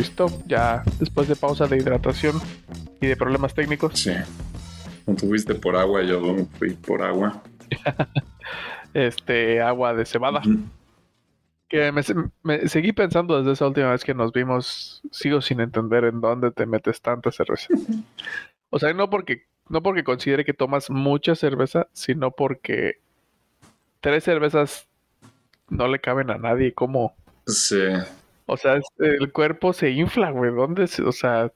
listo, ya después de pausa de hidratación y de problemas técnicos. Sí. Cuando fuiste por agua, yo fui por agua. Agua de cebada. Ujú. Que me seguí pensando desde esa última vez que nos vimos, sigo sin entender en dónde te metes tanta cerveza. O sea, no porque considere que tomas mucha cerveza, sino porque 3 cervezas no le caben a nadie. ¿Cómo? Sí, O sea, el cuerpo se infla, güey. O sea,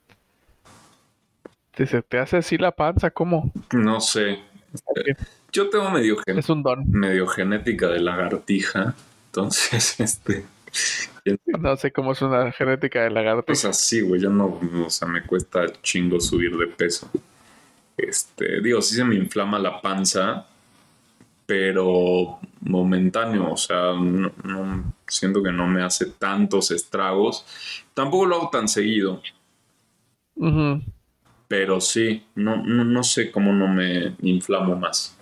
se te hace así la panza, ¿cómo? no sé. Yo tengo Es un don. medio genética de lagartija. Entonces, No sé cómo es una genética de pues lagartija. así, güey. Yo no, o sea, me cuesta chingo subir de peso. Digo, sí se me inflama la panza, pero momentáneo, o sea, siento que no me hace tantos estragos. Tampoco lo hago tan seguido, Ujú. pero sí, no sé cómo no me inflamo más.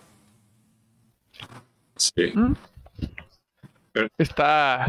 Sí. Mm. Pero, Está,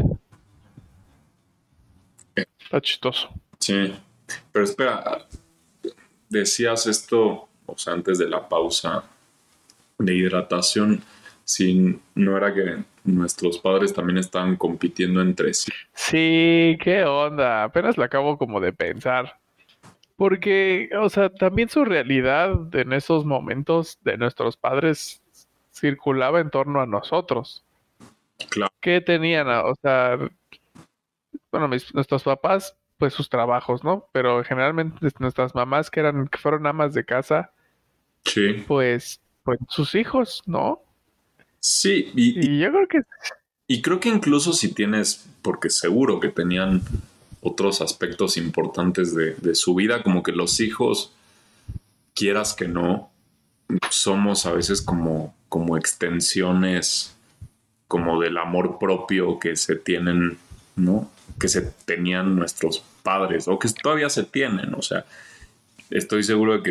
está chistoso. sí. Pero espera, decías esto, o sea, antes de la pausa de hidratación, si no era que nuestros padres también estaban compitiendo entre sí. Sí, qué onda. Apenas lo acabo como de pensar. Porque, o sea, también su realidad en esos momentos de nuestros padres circulaba en torno a nosotros. Claro, ¿Qué tenían? O sea, bueno, nuestros papás, pues sus trabajos, ¿no? Pero generalmente nuestras mamás que fueron amas de casa, sí. pues sus hijos, ¿no? Sí, Y yo creo que y creo que incluso si tienes, porque seguro que tenían otros aspectos importantes de su vida, como que los hijos, quieras que no, somos a veces como extensiones como del amor propio que se tienen, ¿no? Que se tenían nuestros padres o que todavía se tienen. O sea, estoy seguro de que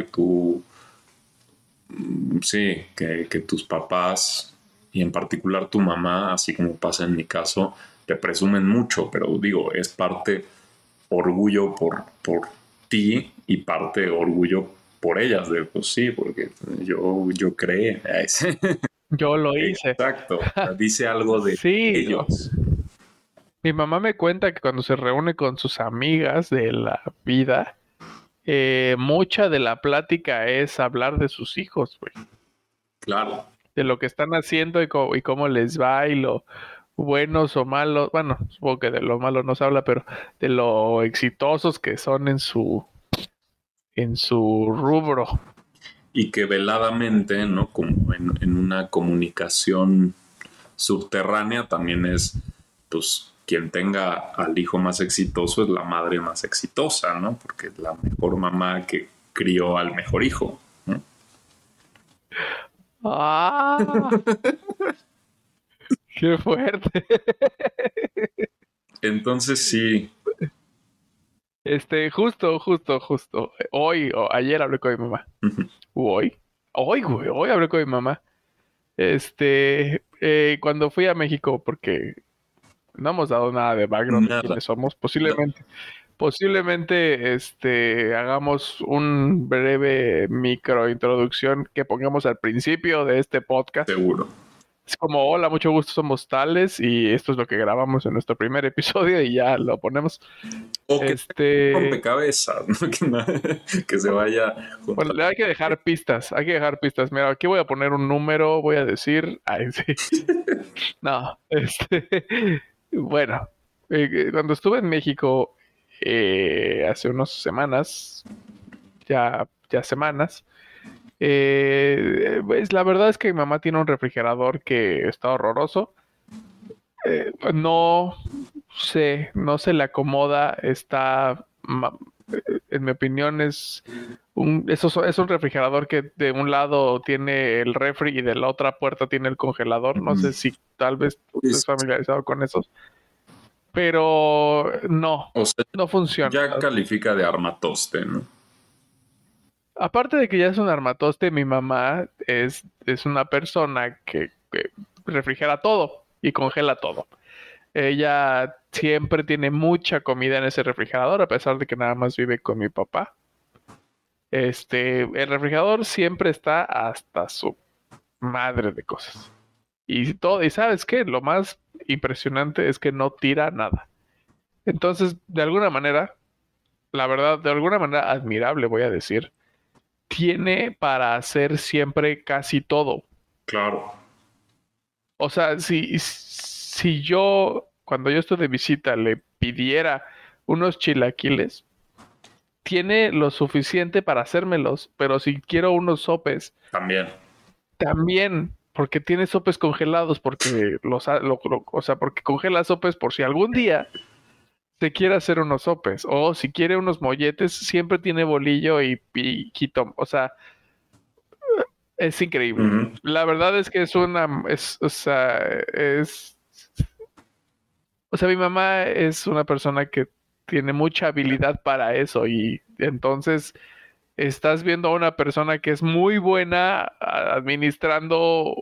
sí, que tus papás y en particular tu mamá, así como pasa en mi caso, te presumen mucho, pero digo, es parte orgullo por ti y parte orgullo por ellas, de pues sí, porque yo creé. yo lo hice. Exacto, dice algo de Sí, ellos. mi mamá me cuenta que cuando se reúne con sus amigas de la vida, mucha de la plática es hablar de sus hijos, güey. Claro, De lo que están haciendo y cómo les va y lo buenos o malos. Bueno, supongo que de lo malo no se habla, pero de lo exitosos que son en su rubro. y que veladamente, ¿no? Como en una comunicación subterránea también es, pues, quien tenga al hijo más exitoso es la madre más exitosa, ¿no? Porque es la mejor mamá que crió al mejor hijo, ¿no? ¡Ah! ¡Qué fuerte! Entonces sí, Justo. Hoy o ayer hablé con mi mamá. Hoy. Hoy, güey. Hoy hablé con mi mamá. Cuando fui a México, porque no hemos dado nada de background de nada. quiénes somos, No, posiblemente, hagamos un breve micro introducción que pongamos al principio de este podcast. seguro. Es como, hola, mucho gusto, somos tales y esto es lo que grabamos en nuestro primer episodio y ya lo ponemos. O que sea un rompecabezas, ¿no? Que se vaya Bueno, juntando. hay que dejar pistas. Mira, aquí voy a poner un número, voy a decir, ay, sí. No, bueno, cuando estuve en México hace unas semanas, ya semanas, pues la verdad es que mi mamá tiene un refrigerador que está horroroso. No no se le acomoda, en mi opinión es un refrigerador que de un lado tiene el refri y de la otra puerta tiene el congelador. No sé si tal vez tú estés Es- familiarizado con esos, pero O sea, no funciona. ya califica de armatoste, ¿no? Aparte de que ya es un armatoste, mi mamá es una persona que refrigera todo y congela todo. Ella siempre tiene mucha comida en ese refrigerador, a pesar de que nada más vive con mi papá. El refrigerador siempre está hasta su madre de cosas. Y ¿sabes qué? Lo más impresionante es que no tira nada. Entonces, de alguna manera, la verdad, de alguna manera admirable, voy a decir, tiene para hacer siempre casi todo. Claro. O sea, si yo, cuando yo estoy de visita, le pidiera unos chilaquiles, tiene lo suficiente para hacérmelos, pero si quiero unos sopes, También. también, porque tiene sopes congelados, porque o sea, porque congela sopes por si algún día se quiere hacer unos sopes, o si quiere unos molletes, siempre tiene bolillo y o sea, es increíble. Ujú. La verdad es que o sea, mi mamá es una persona que tiene mucha habilidad para eso y entonces estás viendo a una persona que es muy buena administrando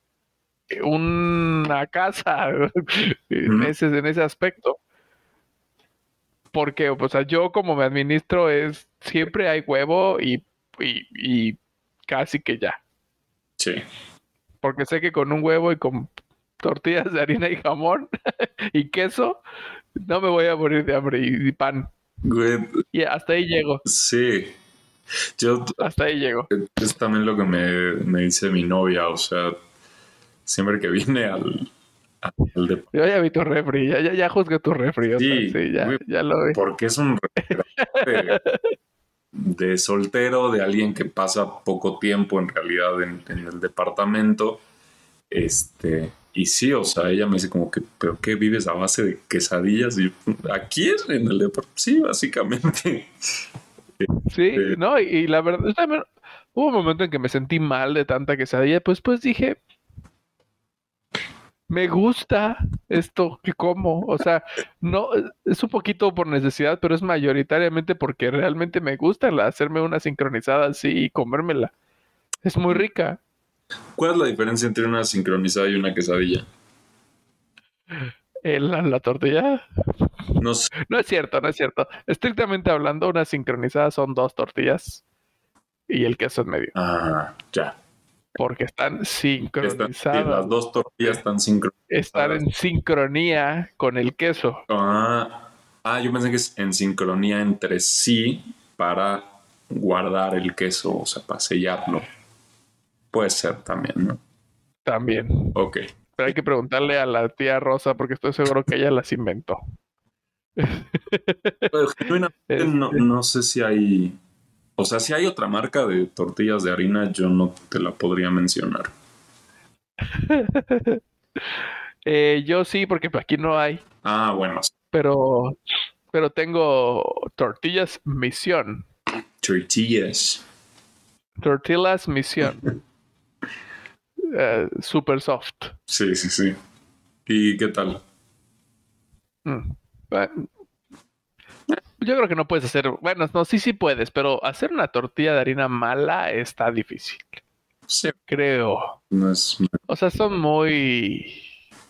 una casa Ujú. en ese aspecto. Porque, o sea, yo como me administro siempre hay huevo y casi que ya. Sí. Porque sé que con un huevo y con tortillas de harina y jamón y queso, no me voy a morir de hambre y pan. Güey, Y hasta ahí llego, sí. Yo, hasta ahí llego. es también lo que me dice mi novia, o sea, siempre que viene al de... Yo ya vi tu refri, ya juzgué tu refri, o sea, Sí, sí, güey, ya lo vi. porque es un refrigerante de soltero, de alguien que pasa poco tiempo en realidad en el departamento. Y sí, o sea, ella me dice como que, ¿pero qué vives a base de quesadillas? Y yo, aquí es en el departamento. Sí, básicamente. Sí, Eh, no, y la verdad, hubo un momento en que me sentí mal de tanta quesadilla, pues dije, me gusta esto que como, o sea, no, es un poquito por necesidad, pero es mayoritariamente porque realmente me gusta hacerme una sincronizada así y comérmela. Es muy rica. ¿Cuál es la diferencia entre una sincronizada y una quesadilla? La tortilla, No sé. no es cierto, no es cierto. Estrictamente hablando, una sincronizada son dos tortillas y el queso en medio, Ah, ya. porque están Sí, las sincronizadas. dos tortillas están Estar sincronizadas. en sincronía con el queso. Yo pensé que es en sincronía entre sí para guardar el queso, o sea, para sellarlo. Puede ser también, ¿no? También. Ok. Pero hay que preguntarle a la tía Rosa porque estoy seguro que ella las inventó. Pero genuinamente no, Este, no sé si hay. O sea, si hay otra marca de tortillas de harina, yo no te la podría mencionar. yo sí, porque aquí no hay, Ah, bueno, pero, pero tengo tortillas misión. tortillas. Tortillas misión. Super soft. Sí, sí, sí. ¿Y qué tal? Mm. Yo creo que no puedes hacer, bueno, no, sí puedes, pero hacer una tortilla de harina mala está difícil, Sí, creo. no es. O sea, son muy...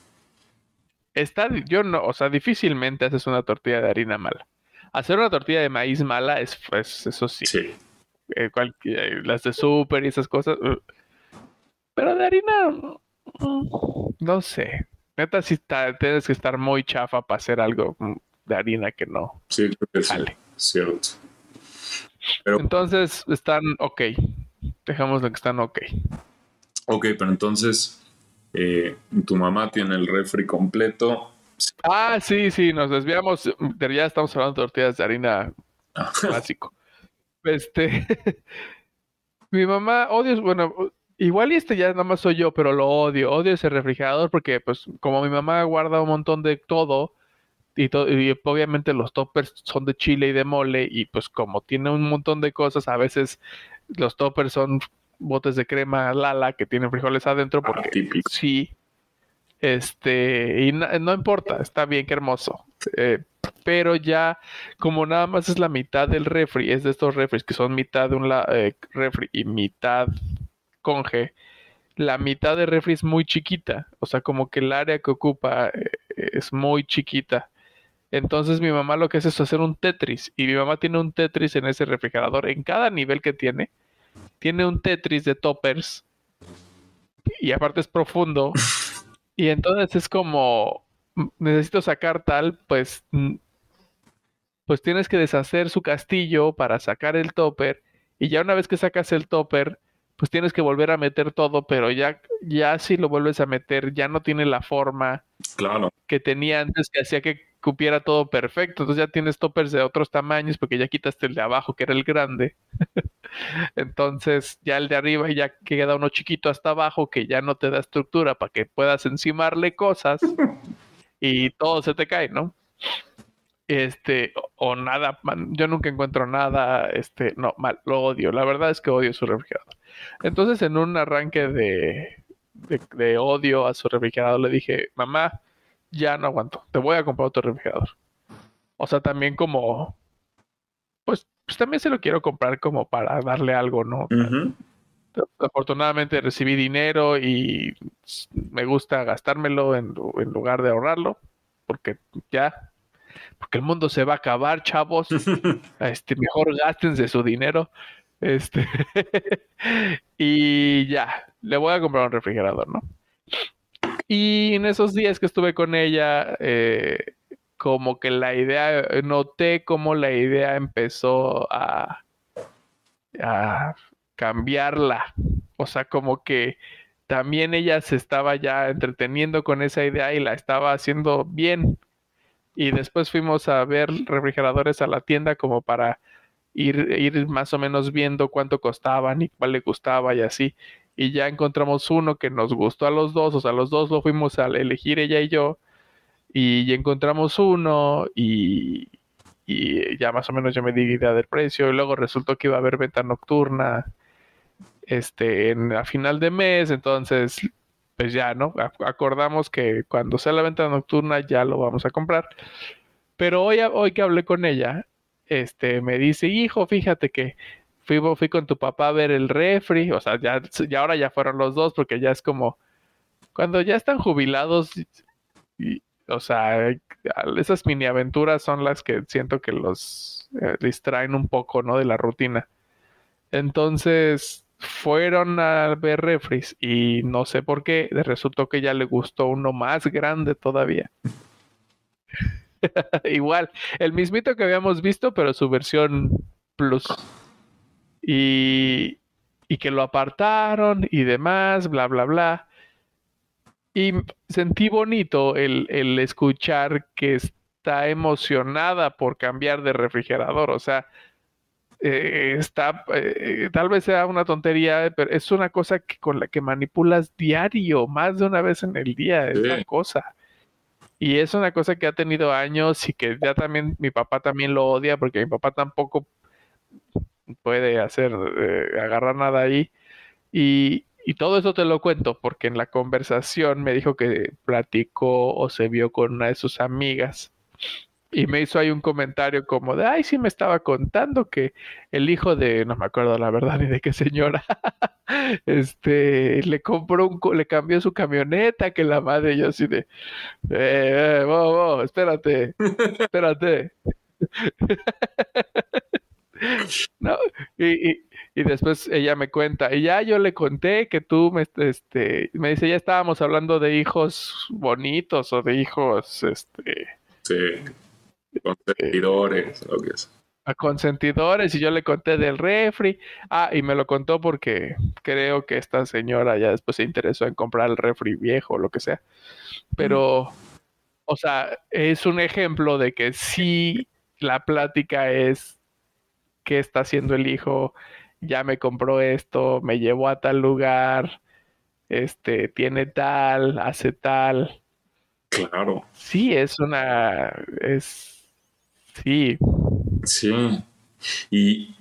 yo no, o sea, difícilmente haces una tortilla de harina mala. Hacer una tortilla de maíz mala eso sí. Sí. Las de súper y esas cosas. Pero de harina, no sé. Neta, tienes que estar muy chafa para hacer algo de harina que no Sí, creo que sí. jale. Cierto. Pero, Entonces, están ok. Dejamos lo que están ok. ok, pero entonces, tu mamá tiene el refri completo. Sí. Ah, sí, nos desviamos. Ya estamos hablando de tortillas de harina clásico. Este, mi mamá odia, bueno, igual y ya nada más soy yo, pero lo odio. Odio ese refrigerador porque, pues, como mi mamá guarda un montón de todo y obviamente los toppers son de chile y de mole y pues como tiene un montón de cosas, a veces los toppers son botes de crema Lala que tienen frijoles adentro porque Típico. sí, y no importa, está bien, qué hermoso. Pero ya, como nada más es la mitad del refri, es de estos refris que son mitad de refri y mitad conge, la mitad del refri es muy chiquita. O sea, como que el área que ocupa es muy chiquita. Entonces mi mamá lo que hace es hacer un Tetris. Y mi mamá tiene un Tetris en ese refrigerador. En cada nivel que tiene un Tetris de toppers. Y aparte es profundo. Y entonces es como, necesito sacar tal, pues tienes que deshacer su castillo para sacar el topper. Y ya una vez que sacas el topper, pues tienes que volver a meter todo, pero ya si lo vuelves a meter, ya no tiene la forma Claro. que tenía antes, que hacía que cupiera todo perfecto. Entonces ya tienes toppers de otros tamaños, porque ya quitaste el de abajo, que era el grande. Entonces ya el de arriba ya queda uno chiquito hasta abajo, que ya no te da estructura para que puedas encimarle cosas y todo se te cae, ¿no? O nada, yo nunca encuentro nada, no, mal, lo odio, la verdad es que odio su refrigerador. Entonces en un arranque de odio a su refrigerador le dije, mamá, ya no aguanto, te voy a comprar otro refrigerador. O sea, también como, pues también se lo quiero comprar como para darle algo, ¿no? Ujú. Afortunadamente recibí dinero y me gusta gastármelo en lugar de ahorrarlo, porque porque el mundo se va a acabar, chavos. Mejor gástense su dinero. Este, y ya, le voy a comprar un refrigerador, ¿no? Y en esos días que estuve con ella, como que noté como la idea empezó a cambiarla. O sea, como que también ella se estaba ya entreteniendo con esa idea y la estaba haciendo bien. Y después fuimos a ver refrigeradores a la tienda como para ir más o menos viendo cuánto costaban y cuál le gustaba y así. Y ya encontramos uno que nos gustó a los dos, o sea, los dos lo fuimos a elegir ella y yo, y ya encontramos uno y ya más o menos yo me di idea del precio y luego resultó que iba a haber venta nocturna a final de mes, entonces pues ya, ¿no? Acordamos que cuando sea la venta nocturna ya lo vamos a comprar. Pero hoy que hablé con ella, me dice, hijo, fíjate que fui con tu papá a ver el refri, o sea, ya ahora ya fueron los dos, porque ya es como, cuando ya están jubilados, o sea, esas mini aventuras son las que siento que los distraen un poco, ¿no? De la rutina. Entonces fueron a ver refris y no sé por qué, resultó que ya le gustó uno más grande todavía. Igual, el mismito que habíamos visto, pero su versión Plus. Y, y que lo apartaron y demás, bla, bla, bla. Y sentí bonito el escuchar que está emocionada por cambiar de refrigerador. O sea, tal vez sea una tontería, pero es una cosa con la que manipulas diario, más de una vez en el día, es la Sí. cosa. Y es una cosa que ha tenido años y que ya también mi papá también lo odia porque mi papá tampoco puede agarrar nada ahí. Y todo eso te lo cuento porque en la conversación me dijo que platicó o se vio con una de sus amigas y me hizo ahí un comentario como de, ay, sí me estaba contando que el hijo de, no me acuerdo la verdad ni de qué señora, le cambió su camioneta, que la madre, yo así de, espérate, espérate. No, y, y, y después ella me cuenta, y ya yo le conté que tú me dice, ya estábamos hablando de hijos bonitos o de hijos, Sí, eh, consentidores, lo que es. a consentidores, y yo le conté del refri. Ah, y me lo contó porque creo que esta señora ya después se interesó en comprar el refri viejo o lo que sea. Mm. Pero, o sea, es un ejemplo de que sí la plática es qué está haciendo el hijo, ya me compró esto, me llevó a tal lugar, tiene tal, hace tal. Claro, Sí, sí. sí. Y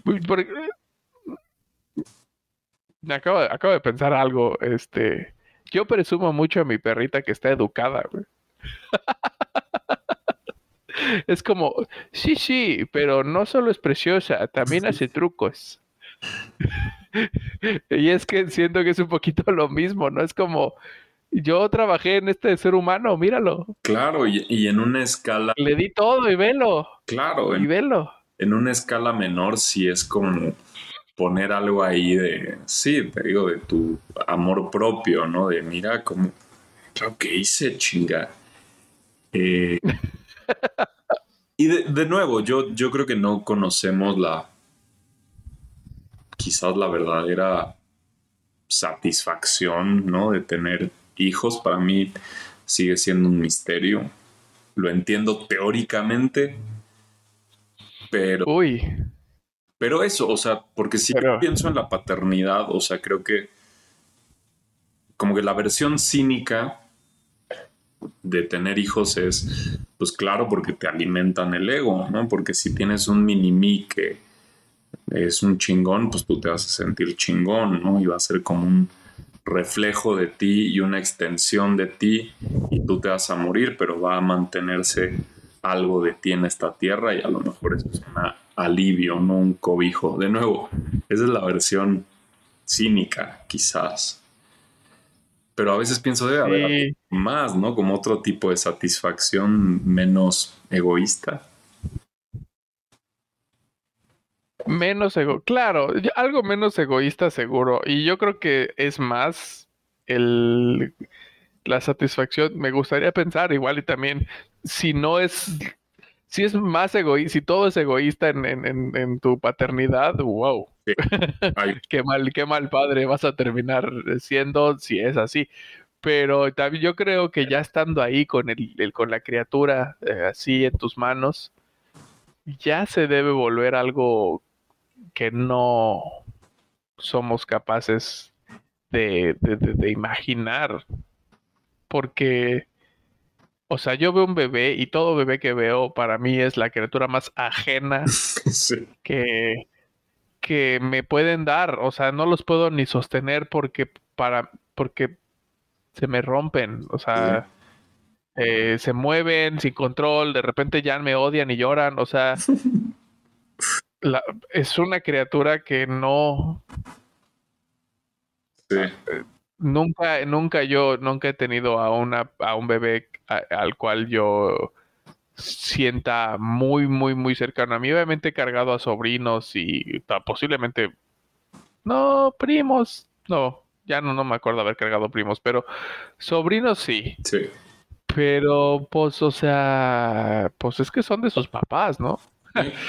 Acabo de pensar algo, yo presumo mucho a mi perrita que está educada, güey. Es como, sí, sí, pero no solo es preciosa, también hace trucos. Y es que siento que es un poquito lo mismo, ¿no? Es como, Yo trabajé en este ser humano, míralo. Claro, y en una escala, Le di todo y velo. claro, Y velo. en una escala menor sí es como poner algo ahí de, sí, te digo, de tu amor propio, ¿no? De mira cómo, claro que hice chinga. Eh, y de nuevo, yo creo que no conocemos quizás la verdadera satisfacción, ¿no? De tener hijos. Para mí sigue siendo un misterio. Lo entiendo teóricamente, pero, Uy, pero eso, o sea, porque si yo pero pienso en la paternidad, o sea, creo que como que la versión cínica de tener hijos es, pues claro, porque te alimentan el ego, ¿no? Porque si tienes un mini mí que es un chingón, pues tú te vas a sentir chingón, ¿no? Y va a ser como un reflejo de ti y una extensión de ti y tú te vas a morir, pero va a mantenerse algo de ti en esta tierra y a lo mejor eso es un alivio, no un cobijo. De nuevo, esa es la versión cínica, quizás. Pero a veces pienso debe haber algo sí, más, ¿no? Como otro tipo de satisfacción menos egoísta. claro, algo menos egoísta seguro. Y yo creo que es más el la satisfacción. Me gustaría pensar igual y también si no es, si es más egoísta, si todo es egoísta en tu paternidad, wow. Sí, hay, Qué mal padre vas a terminar siendo si es así. Pero también yo creo que ya estando ahí con con la criatura así en tus manos, ya se debe volver algo que no somos capaces de imaginar. Porque, o sea, yo veo un bebé y todo bebé que veo para mí es la criatura más ajena sí, que, que me pueden dar. O sea, no los puedo ni sostener porque se me rompen. O sí, sea, se mueven sin control, de repente ya me odian y lloran. O sea, la- es una criatura que no, sí. nunca he tenido a un bebé al cual yo sienta muy cercano a mí. Obviamente he cargado a sobrinos y posiblemente, no, primos, no, ya no me acuerdo haber cargado primos, pero sobrinos sí. Sí. Pero, pues, o sea, pues es que son de sus papás, ¿no? Sí,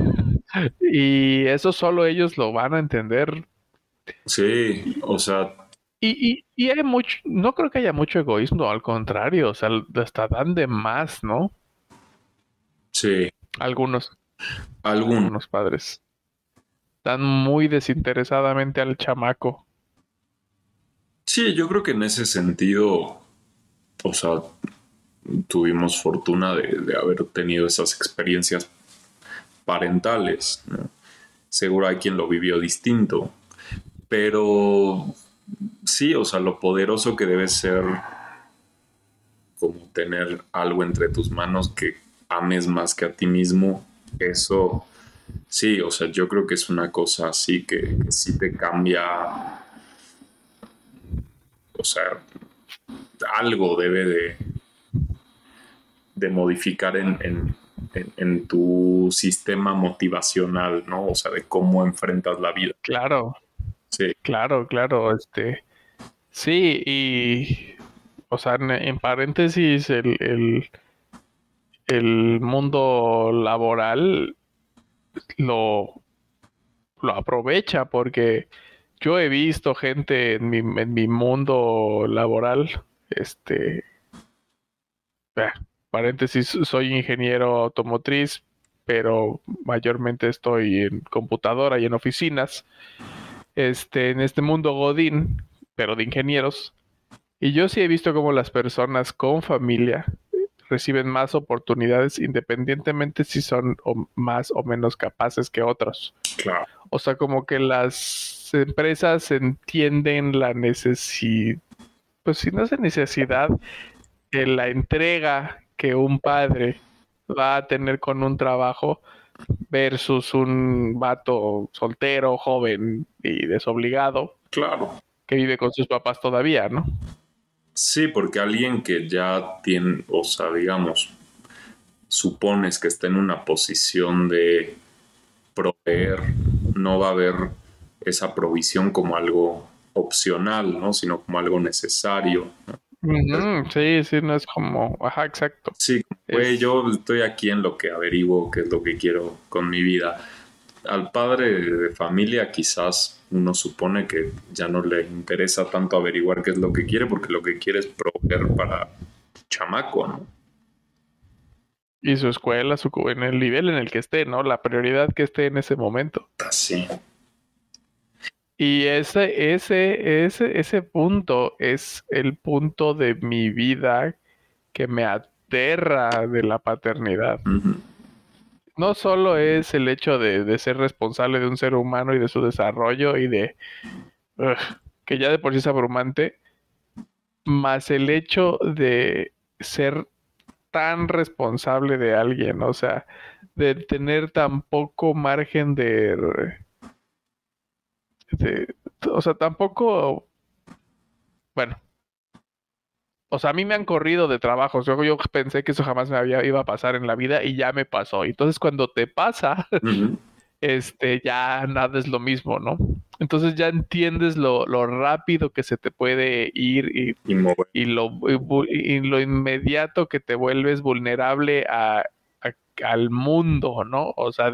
Y eso solo ellos lo van a entender. sí, o sea, Y hay mucho, no creo que haya mucho egoísmo, al contrario, o sea, hasta dan de más, ¿no? sí, Algunos, algún. algunos padres. Dan muy desinteresadamente al chamaco. Sí, yo creo que en ese sentido, o sea, tuvimos fortuna de haber tenido esas experiencias parentales, ¿no? Seguro hay quien lo vivió distinto, pero sí, o sea, lo poderoso que debe ser como tener algo entre tus manos que ames más que a ti mismo, eso sí, o sea, yo creo que es una cosa así que sí te cambia, o sea, algo debe de modificar en tu sistema motivacional, ¿no? O sea, de cómo enfrentas la vida. Claro, Sí, claro, sí, y, o sea, en paréntesis, el mundo laboral lo, lo aprovecha porque yo he visto gente en mi mundo laboral, este, eh, paréntesis, soy ingeniero automotriz, pero mayormente estoy en computadora y en oficinas, en este mundo godín, pero de ingenieros. Y yo sí he visto cómo las personas con familia reciben más oportunidades independientemente si son más o menos capaces que otros. claro, O sea, como que las empresas entienden la necesidad, pues si no es necesidad, la entrega que un padre va a tener con un trabajo versus un vato soltero, joven y desobligado claro. que vive con sus papás todavía, ¿no? Sí, porque alguien que ya tiene, o sea, digamos, supones que está en una posición de proveer, no va a ver esa provisión como algo opcional, ¿no? Sino como algo necesario. Ujú, sí, sí, no es como, ajá, exacto. Sí, güey, Es, yo estoy aquí en lo que averiguo qué es lo que quiero con mi vida. Al padre de familia quizás uno supone que ya no le interesa tanto averiguar qué es lo que quiere porque lo que quiere es proveer para chamaco, ¿no? y su escuela, en el nivel en el que esté, ¿no? La prioridad que esté en ese momento. Así. Y ese punto es el punto de mi vida que me aterra de la paternidad. Ujú. No solo es el hecho de ser responsable de un ser humano y de su desarrollo y ugh, que ya de por sí es abrumante, más el hecho de ser tan responsable de alguien, o sea, de tener tan poco margen de, o sea, tampoco, bueno, o sea, a mí me han corrido de trabajos. Yo pensé que eso jamás iba a pasar en la vida y ya me pasó. Entonces, cuando te pasa, Ujú. ya nada es lo mismo, ¿no? Entonces ya entiendes lo rápido que se te puede ir Y mover. y lo inmediato que te vuelves vulnerable al mundo, ¿no? O sea,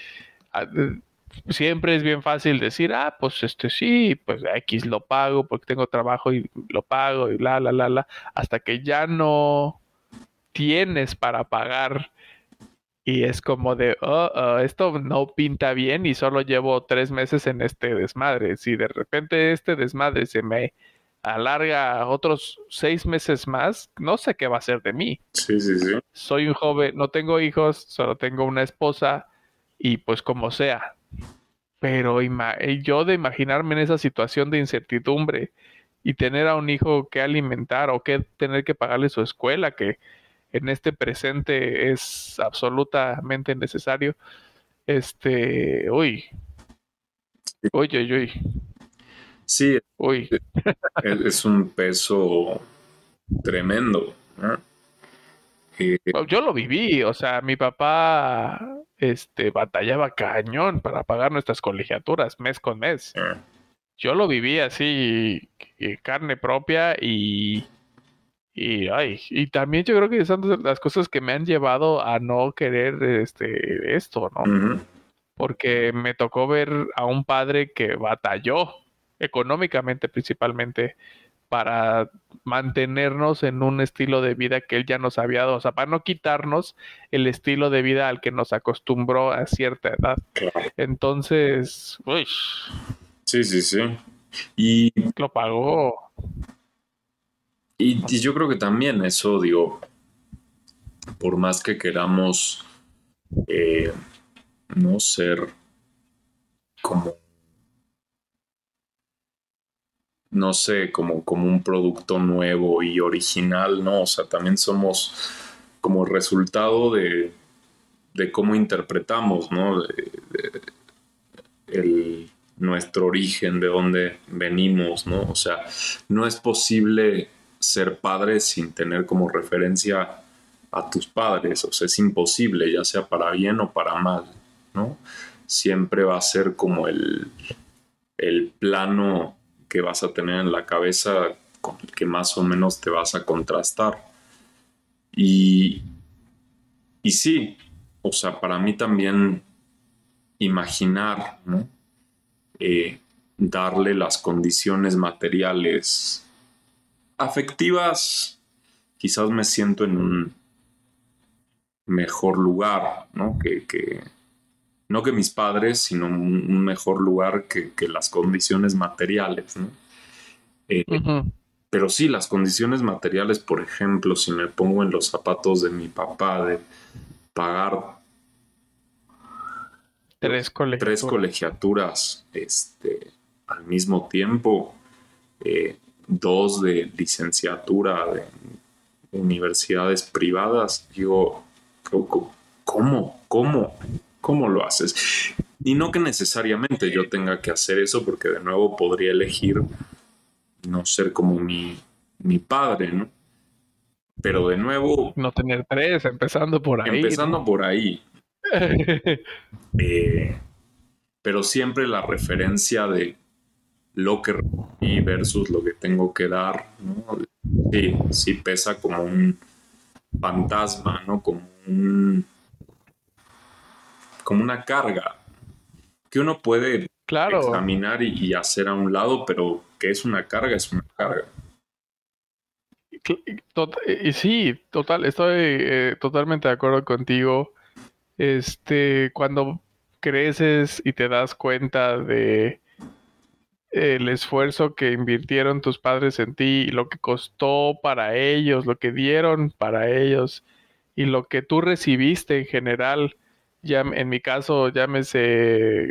siempre es bien fácil decir, pues sí, pues X lo pago porque tengo trabajo y lo pago y hasta que ya no tienes para pagar y es como de, esto no pinta bien y solo llevo 3 meses en este desmadre. Si de repente este desmadre se me alarga otros 6 meses más, no sé qué va a ser de mí. Sí, sí, sí. Soy un joven, no tengo hijos, solo tengo una esposa y pues como sea. Pero yo de imaginarme en esa situación de incertidumbre y tener a un hijo que alimentar o que tener que pagarle su escuela, que en este presente es absolutamente necesario, uy, uy, uy, uy, Sí, uy. es un peso tremendo, ¿no? Eh, Bueno, yo lo viví, o sea, mi papá, batallaba cañón para pagar nuestras colegiaturas mes con mes. eh, Yo lo viví así, carne propia y también yo creo que son de las cosas que me han llevado a no querer esto, ¿no? ujú. Porque me tocó ver a un padre que batalló económicamente principalmente para mantenernos en un estilo de vida que él ya nos había dado, o sea, para no quitarnos el estilo de vida al que nos acostumbró a cierta edad. Claro. Entonces, uy, Sí, sí, sí. Y, lo pagó. y yo creo que también eso, digo, por más que queramos eh, no ser como, no sé, como un producto nuevo y original, ¿no? O sea, también somos como resultado de cómo interpretamos, ¿no? El, nuestro origen, de dónde venimos, ¿no? O sea, no es posible ser padre sin tener como referencia a tus padres, o sea, es imposible, ya sea para bien o para mal, ¿no? Siempre va a ser como el plano que vas a tener en la cabeza con el que más o menos te vas a contrastar. Y, y sí, o sea, para mí también imaginar, ¿no? Darle las condiciones materiales afectivas, quizás me siento en un mejor lugar, ¿no? No que mis padres, sino un mejor lugar que las condiciones materiales, ¿no? Eh, Ujú. pero sí, las condiciones materiales, por ejemplo, si me pongo en los zapatos de mi papá, de pagar Tres tres colegiaturas. colegiaturas al mismo tiempo, dos de licenciatura de universidades privadas, digo, ¿cómo lo haces? Y no que necesariamente yo tenga que hacer eso, porque de nuevo podría elegir no ser como mi padre, ¿no? Pero de nuevo, No tener tres, empezando por ahí, empezando ¿no? por ahí, eh, pero siempre la referencia de lo que recibí versus lo que tengo que dar, ¿no? Sí, sí pesa como un fantasma, ¿no? Como una carga que uno puede Claro. examinar y hacer a un lado, pero que es una carga, es una carga. Y sí, total, estoy totalmente de acuerdo contigo. Cuando creces y te das cuenta de el esfuerzo que invirtieron tus padres en ti, y lo que costó para ellos, lo que dieron para ellos y lo que tú recibiste en general, ya en mi caso, llámese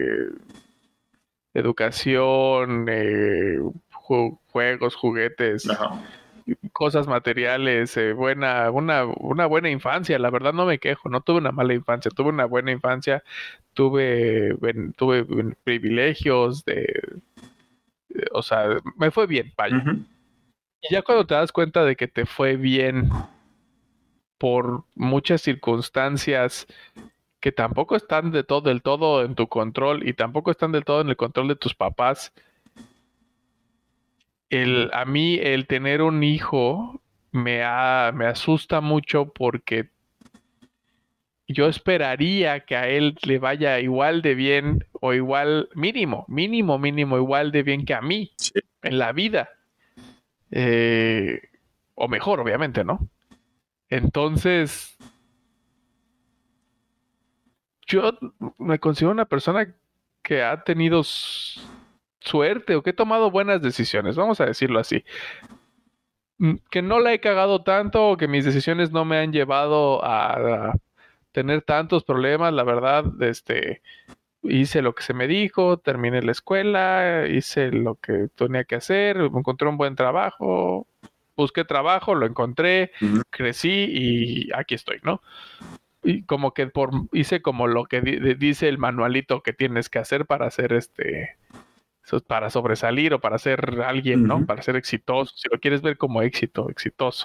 educación, juegos, juguetes, Ajá. cosas materiales, una buena infancia. La verdad no me quejo, no tuve una mala infancia, tuve una buena infancia, tuve privilegios o sea, me fue bien, vaya. Uh-huh. Y ya cuando te das cuenta de que te fue bien por muchas circunstancias que tampoco están del todo en tu control y tampoco están del todo en el control de tus papás, a mí el tener un hijo me asusta mucho porque yo esperaría que a él le vaya igual de bien o igual, mínimo, igual de bien que a mí Sí. en la vida. Eh, o mejor, obviamente, ¿no? Entonces, yo me considero una persona que ha tenido suerte o que he tomado buenas decisiones, vamos a decirlo así. Que no la he cagado tanto o que mis decisiones no me han llevado a tener tantos problemas, la verdad, hice lo que se me dijo, terminé la escuela, hice lo que tenía que hacer, encontré un buen trabajo, busqué trabajo, lo encontré, Uh-huh. crecí y aquí estoy, ¿no? Y como que hice como lo que dice el manualito que tienes que hacer para hacer para sobresalir o para ser alguien, ¿no? Uh-huh. Para ser exitoso, si lo quieres ver como éxito, exitoso.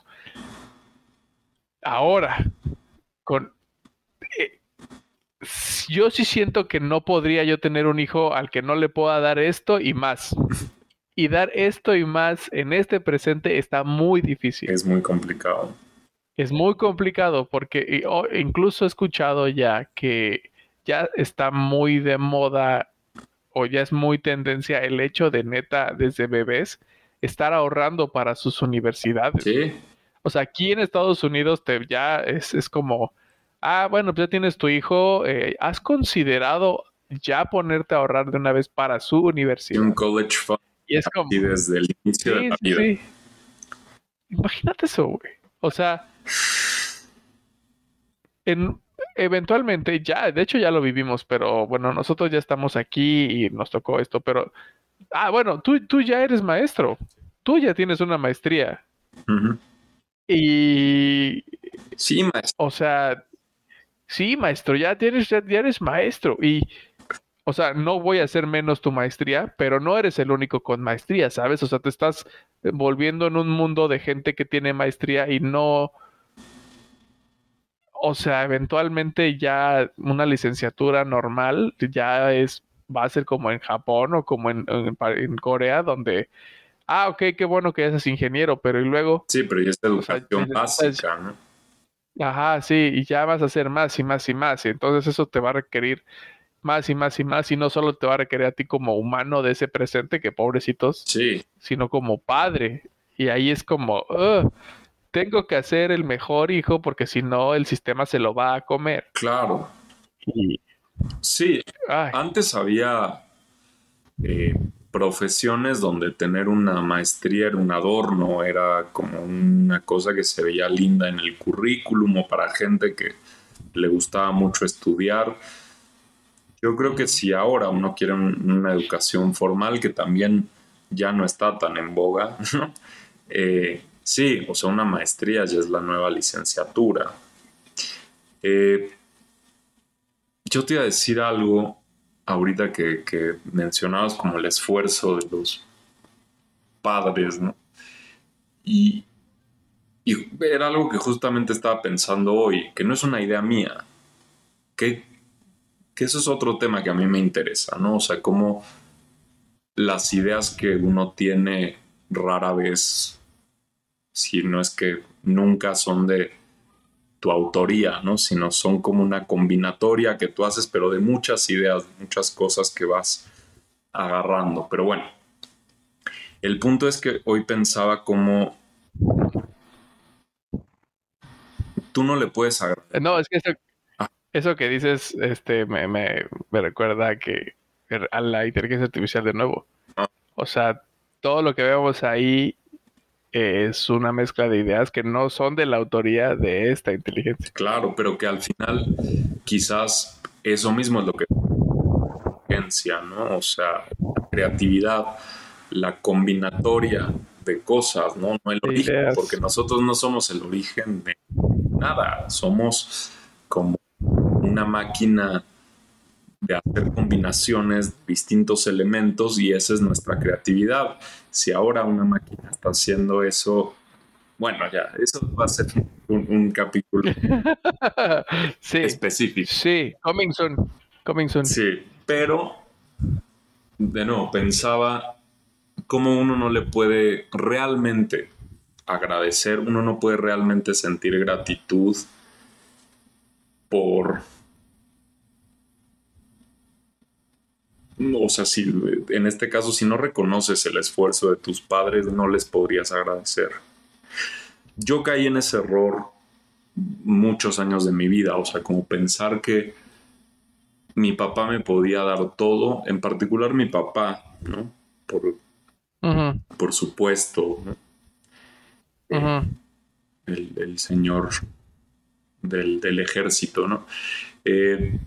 Ahora, con eh, yo sí siento que no podría yo tener un hijo al que no le pueda dar esto y más. Y dar esto y más en este presente está muy difícil. Es muy complicado. Es muy complicado porque incluso he escuchado ya que ya está muy de moda o ya es muy tendencia el hecho de neta desde bebés estar ahorrando para sus universidades. Sí. O sea, aquí en Estados Unidos ya es como, bueno, pues ya tienes tu hijo, ¿has considerado ya ponerte a ahorrar de una vez para su Y un universidad? college fund Y es así como, desde el inicio de sí, la sí, vida. sí. Imagínate eso, güey. O sea, en, eventualmente ya, de hecho ya lo vivimos, pero bueno, nosotros ya estamos aquí y nos tocó esto, pero, bueno, tú ya eres maestro, tú ya tienes una maestría Uh-huh. y, Sí, maestro. o sea, sí, maestro, ya eres maestro y, o sea, no voy a hacer menos tu maestría, pero no eres el único con maestría, ¿sabes? O sea, te estás volviendo en un mundo de gente que tiene maestría y no, o sea, eventualmente ya una licenciatura normal va a ser como en Japón o como en Corea, donde, ok, qué bueno que ya seas ingeniero, pero y luego, Sí, pero ya es o sea, educación necesitas, básica, ¿no? ajá, sí, y ya vas a hacer más y más y más, y entonces eso te va a requerir más y más y más, y no solo te va a requerir a ti como humano de ese presente, que pobrecitos, Sí, sino como padre, y ahí es como, tengo que hacer el mejor hijo porque si no el sistema se lo va a comer. claro. Y, Sí, ay, antes había profesiones donde tener una maestría era un adorno, era como una cosa que se veía linda en el currículum o para gente que le gustaba mucho estudiar. Yo creo que si ahora uno quiere una educación formal, que también ya no está tan en boga, ¿no? Sí, o sea, una maestría ya es la nueva licenciatura. Eh, yo te iba a decir algo ahorita que mencionabas como el esfuerzo de los padres, ¿no? Y, y era algo que justamente estaba pensando hoy, que no es una idea mía, que, que eso es otro tema que a mí me interesa, ¿no? O sea, cómo las ideas que uno tiene rara vez, si no es que nunca son de tu autoría, ¿no? Sino son como una combinatoria que tú haces, pero de muchas ideas, de muchas cosas que vas agarrando. Pero bueno, el punto es que hoy pensaba como tú no le puedes agarrar. No, es que Ah, eso que dices, me recuerda a la inteligencia artificial de nuevo. ah, O sea, todo lo que vemos ahí es una mezcla de ideas que no son de la autoría de esta inteligencia. claro, pero que al final quizás eso mismo es lo que agencia, ¿no? O sea, la creatividad, la combinatoria de cosas, ¿no? No el De origen, porque ideas. nosotros no somos el origen de nada, somos como una máquina de hacer combinaciones de distintos elementos y esa es nuestra creatividad. Si ahora una máquina está haciendo eso, bueno, ya, eso va a ser un capítulo Sí, específico. sí, coming soon, coming soon. Sí, pero de nuevo pensaba cómo uno no le puede realmente agradecer, uno no puede realmente sentir gratitud por, o sea, si en este caso, si no reconoces el esfuerzo de tus padres, no les podrías agradecer. Yo caí en ese error muchos años de mi vida, o sea, como pensar que mi papá me podía dar todo, en particular mi papá, ¿no? Por, Ujú, por supuesto, ¿no? ujú. El señor del ejército, ¿no? Eh,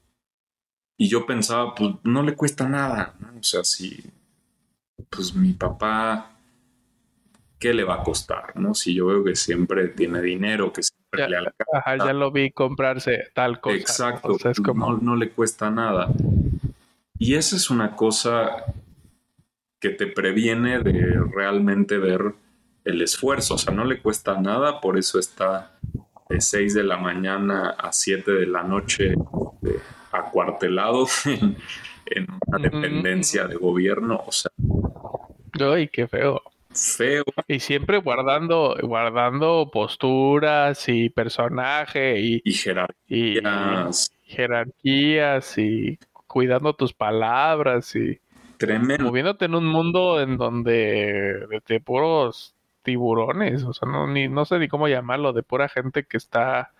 y yo pensaba, pues no le cuesta nada, ¿no? O sea, si, pues mi papá, ¿qué le va a costar, no? Si yo veo que siempre tiene dinero, que siempre Ya, le ajá, alcanza, ya lo vi comprarse tal cosa, ¿no? O exacto, sea, es pues no, como, no le cuesta nada. Y esa es una cosa que te previene de realmente ver el esfuerzo, o sea, no le cuesta nada, por eso está de 6 de la mañana a 7 de la noche acuartelado en una ujú, dependencia ujú. de gobierno, o sea, Ay, qué feo. feo Y siempre guardando posturas y personaje y y jerarquías jerarquías y cuidando tus palabras y tremendas. moviéndote en un mundo en donde de puros tiburones, o sea, no sé ni cómo llamarlo, de pura gente que está,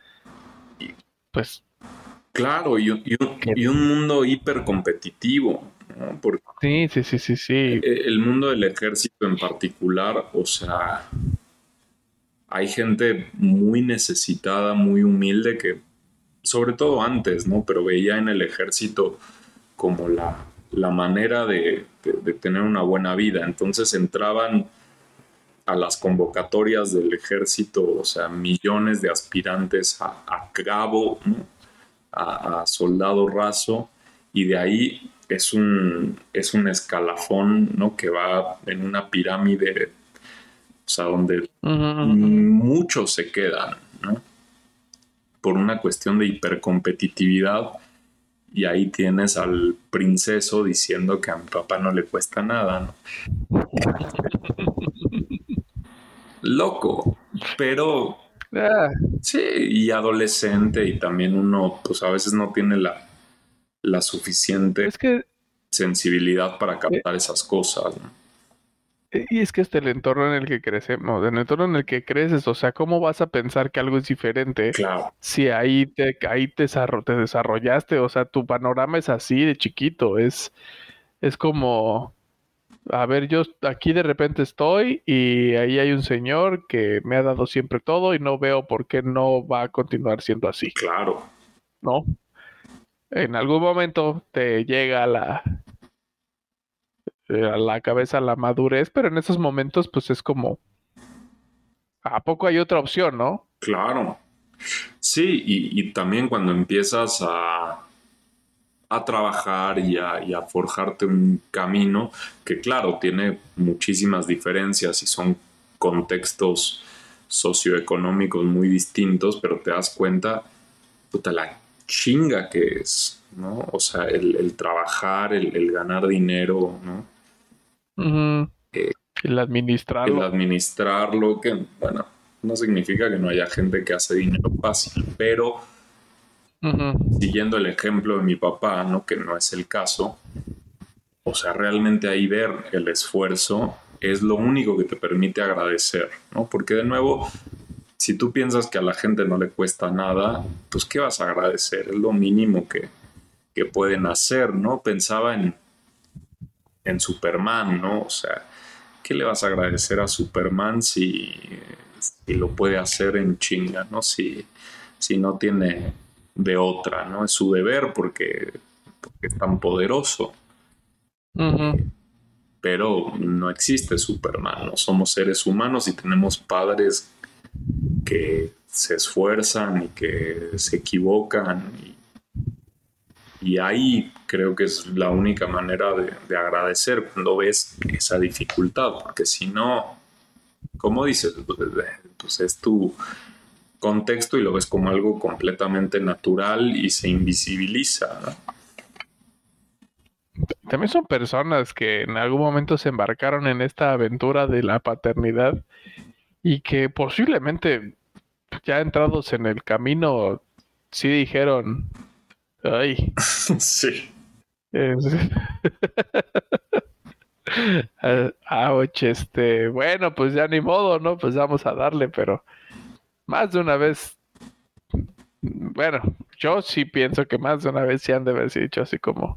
pues, Claro, que y un mundo hipercompetitivo, ¿no? Porque sí, sí, sí, sí, sí. el mundo del ejército en particular, o sea, hay gente muy necesitada, muy humilde que, sobre todo antes, ¿no? Pero veía en el ejército como la manera de tener una buena vida. Entonces entraban a las convocatorias del ejército, o sea, millones de aspirantes a cabo, ¿no? A soldado raso, y de ahí es un escalafón, ¿no? Que va en una pirámide, o sea, donde Ujú, ujú. muchos se quedan, ¿no? Por una cuestión de hipercompetitividad. Y ahí tienes al princeso diciendo que a mi papá no le cuesta nada, ¿no? Loco, pero Ah, sí, y adolescente, y también uno, pues a veces no tiene la suficiente es que sensibilidad para eh, captar esas cosas, ¿no? y es que este el entorno en el que crecemos, en el entorno en el que creces, o sea, ¿cómo vas a pensar que algo es diferente Claro, si te desarrollaste? O sea, tu panorama es así de chiquito, es como, a ver, yo aquí de repente estoy y ahí hay un señor que me ha dado siempre todo y no veo por qué no va a continuar siendo así, claro, ¿no? En algún momento te llega a la cabeza la madurez, pero en esos momentos pues es como, ¿a poco hay otra opción, no? claro. Sí, y también cuando empiezas a trabajar y a forjarte un camino que, claro, tiene muchísimas diferencias y son contextos socioeconómicos muy distintos, pero te das cuenta, puta, la chinga que es, ¿no? O sea, el trabajar, el ganar dinero, ¿no? Ujú. El El administrarlo. administrarlo, que, bueno, no significa que no haya gente que hace dinero fácil, pero Ujú. siguiendo el ejemplo de mi papá, ¿no? Que no es el caso, o sea, realmente ahí ver el esfuerzo es lo único que te permite agradecer, ¿no? Porque de nuevo, si tú piensas que a la gente no le cuesta nada, pues ¿qué vas a agradecer? Es lo mínimo que pueden hacer, ¿no? Pensaba en Superman, ¿no? O sea, ¿qué le vas a agradecer a Superman si lo puede hacer en chinga, ¿no? Si no tiene de otra, ¿no? Es su deber porque es tan poderoso. Ujú. Pero no existe Superman, ¿no? Somos seres humanos y tenemos padres que se esfuerzan y que se equivocan y ahí creo que es la única manera de agradecer cuando ves esa dificultad, porque si no, como dices, pues es tu contexto y lo ves como algo completamente natural y se invisibiliza, ¿no? También son personas que en algún momento se embarcaron en esta aventura de la paternidad y que posiblemente ya entrados en el camino sí dijeron, ay, Sí. es- ouch, bueno, pues ya ni modo, ¿no? Pues vamos a darle, pero más de una vez, bueno, yo sí pienso que más de una vez sí han de haberse dicho así como,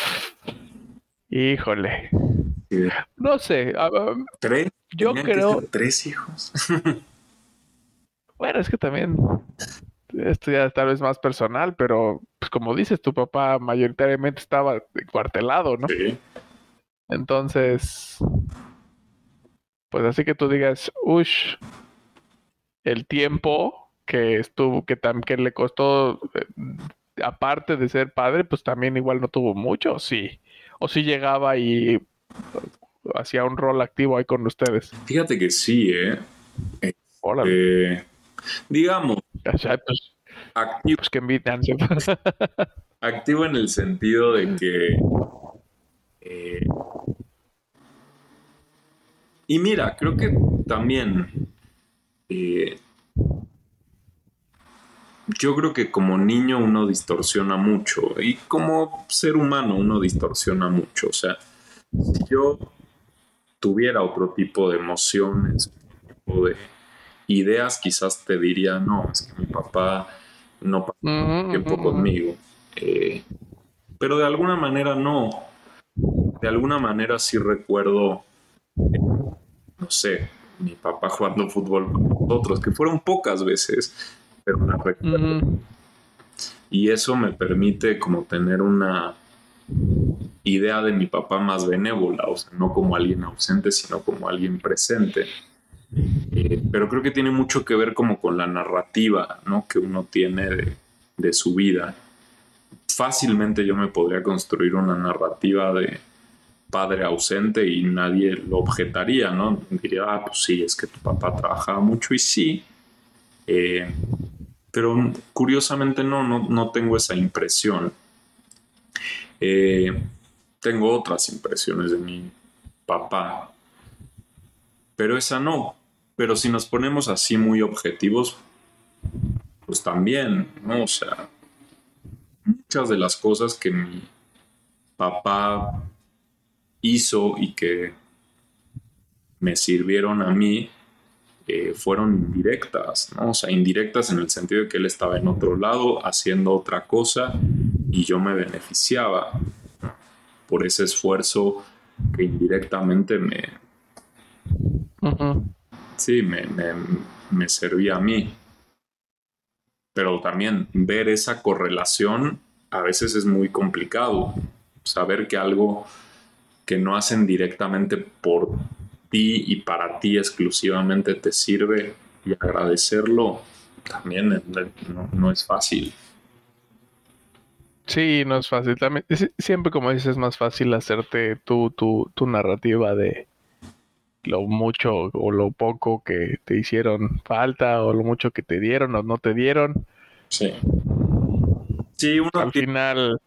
híjole, Sí. no sé, Tres, yo tenían que ser creo, tres hijos. bueno, es que también esto ya tal vez más personal, pero pues como dices, tu papá mayoritariamente estaba encuartelado, ¿no? Sí. Entonces, pues así que tú digas, ush, el tiempo que estuvo, que le costó, aparte de ser padre, pues también igual no tuvo mucho, sí. O sí llegaba y hacía un rol activo ahí con ustedes. Fíjate que sí, ¿eh? Órale. Digamos, O sea, activo, pues que envidian, ¿sí? activo en el sentido de que, eh, y mira, creo que también, eh, yo creo que como niño uno distorsiona mucho y como ser humano uno distorsiona mucho. O sea, si yo tuviera otro tipo de emociones, o de ideas, quizás te diría, no, es que mi papá no pasó Ujú, tiempo ujú, conmigo. Pero de alguna manera no. De alguna manera sí recuerdo, no sé, mi papá jugando fútbol con nosotros, que fueron pocas veces, pero las recuerdo. ujú. Y eso me permite como tener una idea de mi papá más benévola, o sea, no como alguien ausente, sino como alguien presente. Pero creo que tiene mucho que ver como con la narrativa, ¿no? Que uno tiene de su vida. Fácilmente yo me podría construir una narrativa de padre ausente y nadie lo objetaría, ¿no? Diría, ah, pues sí, es que tu papá trabajaba mucho y sí, eh, pero curiosamente no tengo esa impresión. Eh, tengo otras impresiones de mi papá, pero esa no. Pero si nos ponemos así muy objetivos, pues también, ¿no? O sea, muchas de las cosas que mi papá hizo y que me sirvieron a mí fueron indirectas, ¿no? O sea, indirectas en el sentido de que él estaba en otro lado haciendo otra cosa y yo me beneficiaba por ese esfuerzo que indirectamente Ujú. sí, me servía a mí. Pero también ver esa correlación a veces es muy complicado. Saber que algo que no hacen directamente por ti y para ti exclusivamente te sirve y agradecerlo también no es fácil. Sí, no es fácil. También, siempre como dices, es más fácil hacerte tu narrativa de lo mucho o lo poco que te hicieron falta o lo mucho que te dieron o no te dieron. Sí. Sí, Al final,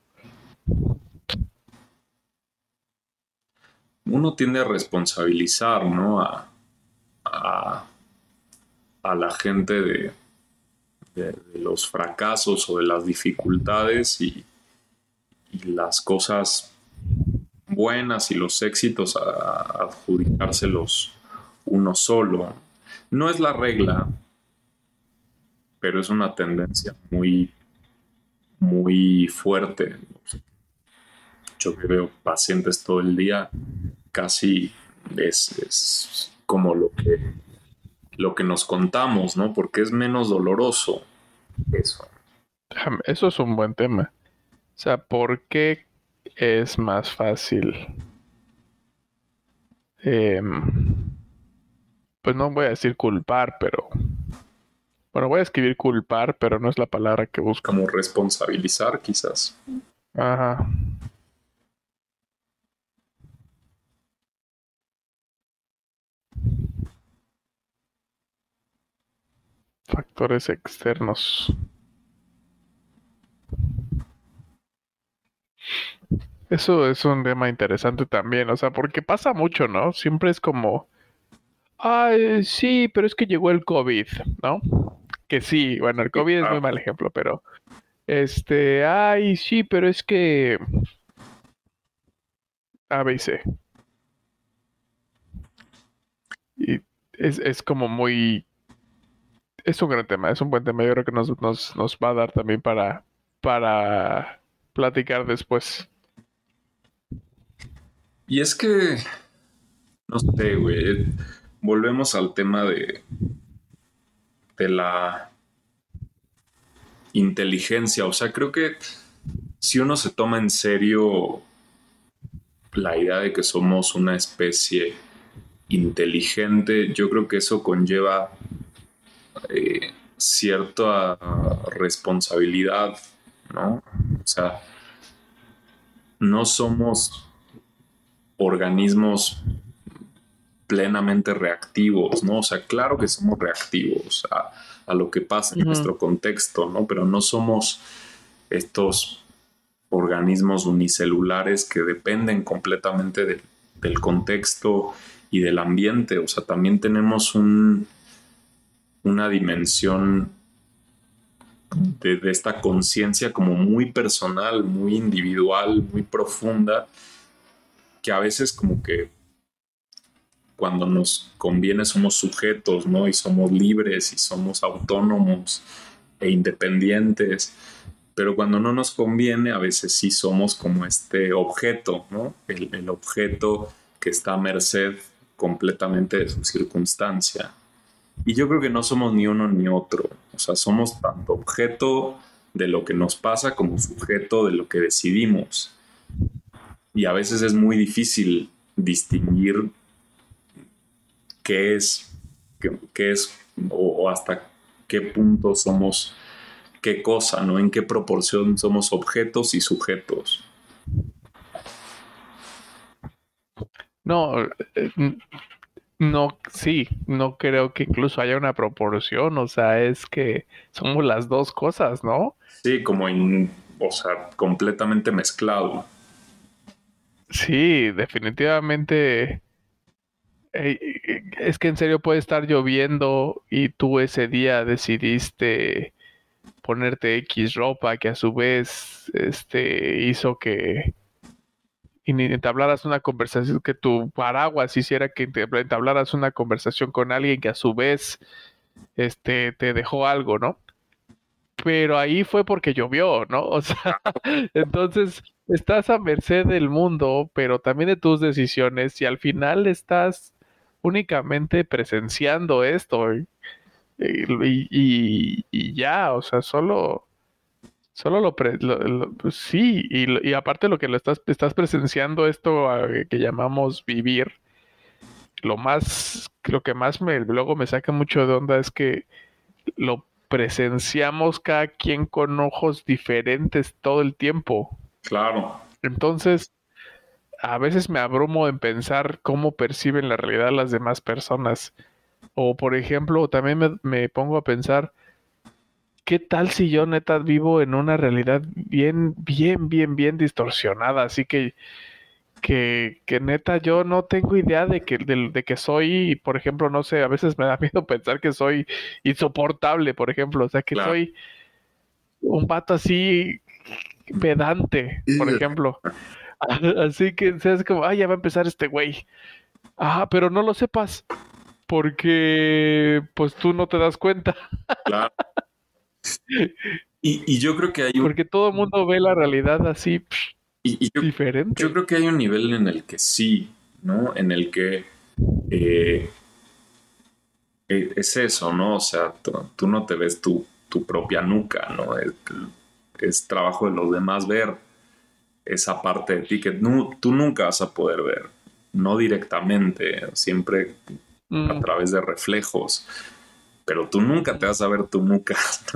uno tiende a responsabilizar, ¿no? A, a la gente de los fracasos o de las dificultades y las cosas buenas y los éxitos a adjudicárselos uno solo. No es la regla, pero es una tendencia muy, muy fuerte. Yo que veo pacientes todo el día, casi es como lo que nos contamos, ¿no? Porque es menos doloroso eso. eso es un buen tema. O sea, ¿por qué es más fácil? Pues no voy a decir culpar, pero... Bueno, voy a escribir culpar, pero no es la palabra que busco. Como responsabilizar, quizás. Ajá. Factores externos. Eso es un tema interesante también, o sea, porque pasa mucho, ¿no? Siempre es como, ay, sí, pero es que llegó el COVID, ¿no? Que sí, bueno, el Sí, COVID es muy claro. mal ejemplo, pero, ay, sí, pero es que A, B y C. Y es como muy, es un gran tema, es un buen tema, yo creo que nos va a dar también para platicar después. Y es que, no sé, güey, volvemos al tema de la inteligencia. O sea, creo que si uno se toma en serio la idea de que somos una especie inteligente, yo creo que eso conlleva cierta responsabilidad, ¿no? O sea, no somos organismos plenamente reactivos, ¿no? O sea, claro que somos reactivos a lo que pasa en Ujú. nuestro contexto, ¿no? Pero no somos estos organismos unicelulares que dependen completamente del contexto y del ambiente. O sea, también tenemos una dimensión de esta conciencia como muy personal, muy individual, muy profunda, que a veces como que cuando nos conviene somos sujetos, ¿no? Y somos libres y somos autónomos e independientes, pero cuando no nos conviene a veces sí somos como este objeto, ¿no? El objeto que está a merced completamente de su circunstancia. Y yo creo que no somos ni uno ni otro, o sea, somos tanto objeto de lo que nos pasa como sujeto de lo que decidimos. Y a veces es muy difícil distinguir qué es, qué es o hasta qué punto somos qué cosa, ¿no? En qué proporción somos objetos y sujetos. No, no, sí, no creo que incluso haya una proporción, o sea, es que somos las dos cosas, ¿no? Sí, o sea, completamente mezclado. Sí, definitivamente. Es que en serio puede estar lloviendo y tú ese día decidiste ponerte X ropa que a su vez hizo que entablaras una conversación, que tu paraguas hiciera que entablaras una conversación con alguien que a su vez te dejó algo, ¿no? Pero ahí fue porque llovió, ¿no? O sea, entonces estás a merced del mundo, pero también de tus decisiones y al final estás únicamente presenciando esto y ya, o sea, solo pues sí, y aparte lo que estás presenciando esto que llamamos vivir, lo que más luego me saca mucho de onda es que lo presenciamos cada quien con ojos diferentes todo el tiempo. Claro. Entonces, a veces me abrumo en pensar cómo perciben la realidad las demás personas. O por ejemplo, también me pongo a pensar, ¿qué tal si yo neta vivo en una realidad bien distorsionada? Así que neta yo no tengo idea de que soy, por ejemplo, no sé, a veces me da miedo pensar que soy insoportable, por ejemplo, o sea, que Claro. soy un vato así pedante, por ejemplo. Así que es como, ya va a empezar este güey. Pero no lo sepas, porque pues tú no te das cuenta, Claro. Y yo creo que hay un, porque todo el mundo ve la realidad así y yo diferente. creo que hay un nivel en el que sí, ¿no? En el que eh, es eso, ¿no? O sea, tú no te ves tu propia nuca, ¿no? Es trabajo de los demás ver esa parte de ti que tú nunca vas a poder ver, no directamente, siempre a Mm. través de reflejos, pero tú nunca te vas a ver tu nuca.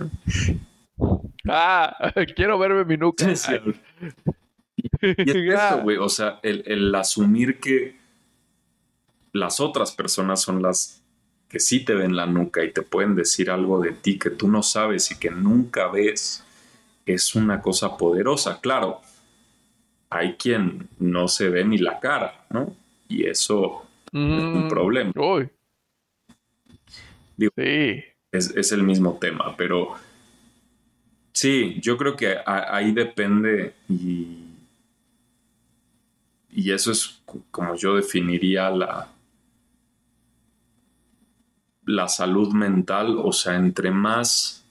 Quiero verme mi nuca. Sí. Ay. Y es eso, Ah. güey, o sea, el asumir que las otras personas son las que sí te ven la nuca y te pueden decir algo de ti que tú no sabes y que nunca ves, es una cosa poderosa. Claro, hay quien no se ve ni la cara, ¿no? Y eso es un problema. Uy, Digo, sí. es el mismo tema, pero sí, yo creo que ahí depende y eso es como yo definiría la salud mental, o sea, entre más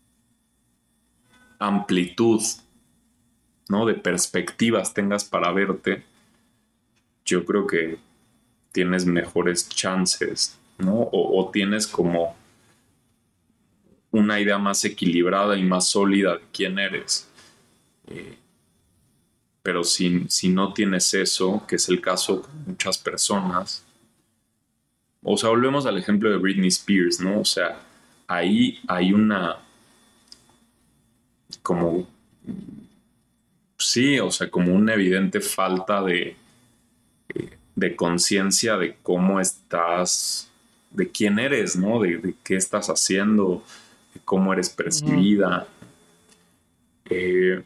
amplitud, ¿no? De perspectivas tengas para verte, yo creo que tienes mejores chances, ¿no? O tienes como una idea más equilibrada y más sólida de quién eres. Eh, pero si no tienes eso, que es el caso con muchas personas, o sea, volvemos al ejemplo de Britney Spears, ¿no? O sea, ahí hay una como, sí, o sea, como una evidente falta de conciencia de cómo estás, de quién eres, ¿no? De qué estás haciendo, de cómo eres Ujú. percibida. Eh,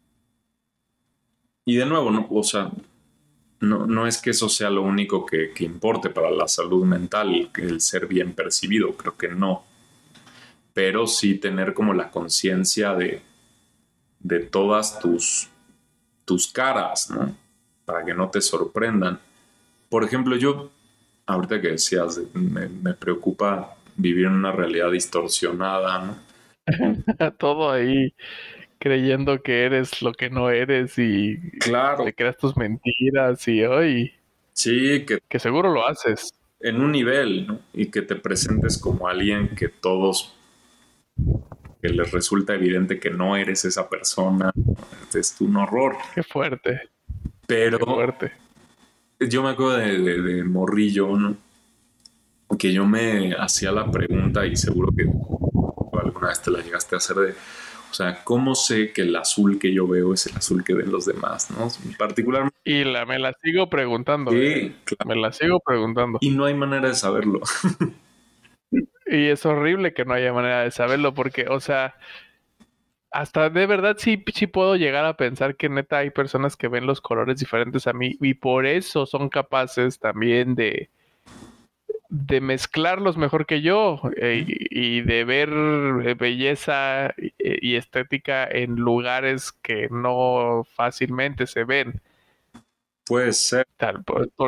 y de nuevo, ¿no? O sea, no es que eso sea lo único que importe para la salud mental, el ser bien percibido, creo que no, pero sí tener como la conciencia de todas tus caras, ¿no? Para que no te sorprendan. Por ejemplo, yo, ahorita que decías, me preocupa vivir en una realidad distorsionada, ¿no? Todo ahí creyendo que eres lo que no eres y Claro, te creas tus mentiras y hoy sí, que que seguro lo haces. en un nivel, ¿no? Y que te presentes como alguien que todos, que les resulta evidente que no eres esa persona, es un horror. Qué fuerte, Pero qué fuerte. yo me acuerdo de morrillo, ¿no? Que yo me hacía la pregunta y seguro que alguna vez te la llegaste a hacer o sea, ¿cómo sé que el azul que yo veo es el azul que ven los demás, ¿no? Particularmente, Y me la sigo preguntando, sí, claro. me la sigo preguntando. Y no hay manera de saberlo. Y es horrible que no haya manera de saberlo porque, o sea, hasta de verdad sí puedo llegar a pensar que neta hay personas que ven los colores diferentes a mí y por eso son capaces también de mezclarlos mejor que yo y de ver belleza y estética en lugares que no fácilmente se ven. Puede ser. Tal,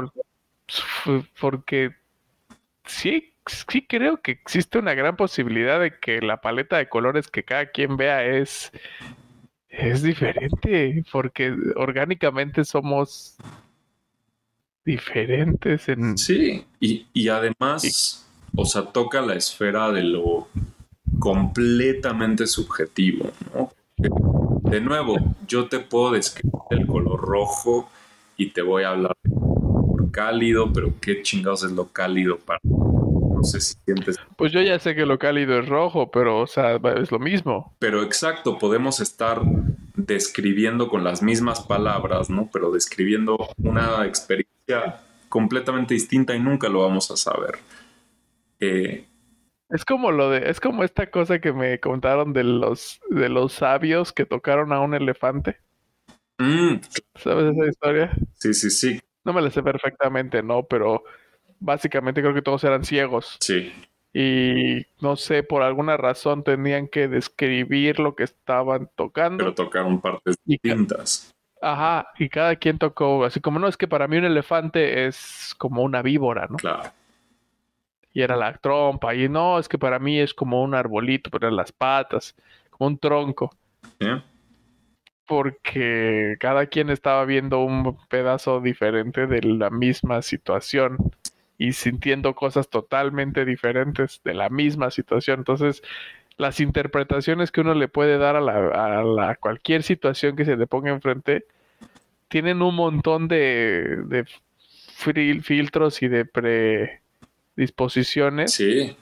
porque sí creo que existe una gran posibilidad de que la paleta de colores que cada quien vea es diferente, porque orgánicamente somos diferentes Sí, y y- además, o sea, toca la esfera de lo completamente subjetivo, ¿no? De nuevo, yo te puedo describir el color rojo y te voy a hablar de color cálido, pero ¿qué chingados es lo cálido para? No sé si sientes. pues yo ya sé que lo cálido es rojo, pero o sea, es lo mismo. Pero exacto, podemos estar describiendo con las mismas palabras, ¿no? Pero describiendo una experiencia completamente distinta y nunca lo vamos a saber. Es como esta cosa que me contaron de los sabios que tocaron a un elefante. Mm, ¿Sabes esa historia? sí, sí, sí, No me la sé perfectamente, ¿no? Pero básicamente creo que todos eran ciegos. sí, Y no sé, por alguna razón tenían que describir lo que estaban pero tocando. tocaron partes Y distintas. ajá, y cada quien tocó, así como no, es que para mí un elefante es como una víbora, ¿no? Claro. Y era la trompa, y no, es que para mí es como un arbolito, pero eran las patas, como un tronco, ¿Eh? porque cada quien estaba viendo un pedazo diferente de la misma situación y sintiendo cosas totalmente diferentes de la misma situación. Entonces, las interpretaciones que uno le puede dar a cualquier situación que se le ponga enfrente tienen un montón de filtros y de predisposiciones. Sí.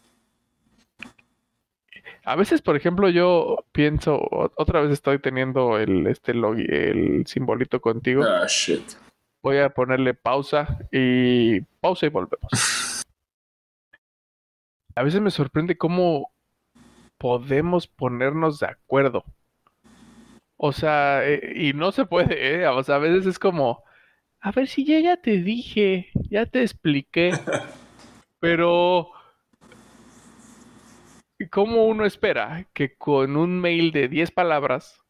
A veces, por ejemplo, yo pienso, otra vez estoy teniendo el simbolito contigo. Ah, shit. Voy a ponerle pausa y volvemos. A veces me sorprende cómo podemos ponernos de acuerdo. O sea, y no se puede, ¿eh? O sea, a veces es como, a ver si yo ya te dije, ya te expliqué, pero ¿cómo uno espera que con un mail de 10 palabras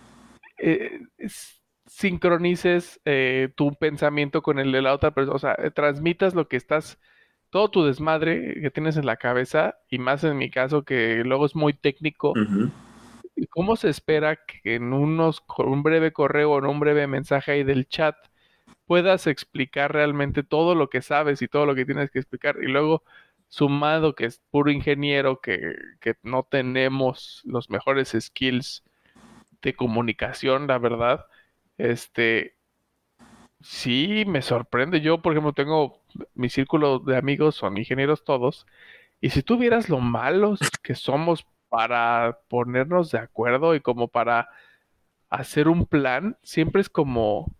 sincronices tu pensamiento con el de la otra persona? O sea, transmitas lo que estás, todo tu desmadre que tienes en la cabeza, y más en mi caso que luego es muy técnico. Ujú. ¿Cómo se espera que en con un breve correo o en un breve mensaje ahí del chat puedas explicar realmente todo lo que sabes y todo lo que tienes que explicar? Y luego, sumado que es puro ingeniero, que no tenemos los mejores skills de comunicación, la verdad, este, sí me sorprende. Yo, por ejemplo, tengo mi círculo de amigos, son ingenieros todos, y si tú vieras lo malos que somos para ponernos de acuerdo y como para hacer un plan, siempre es como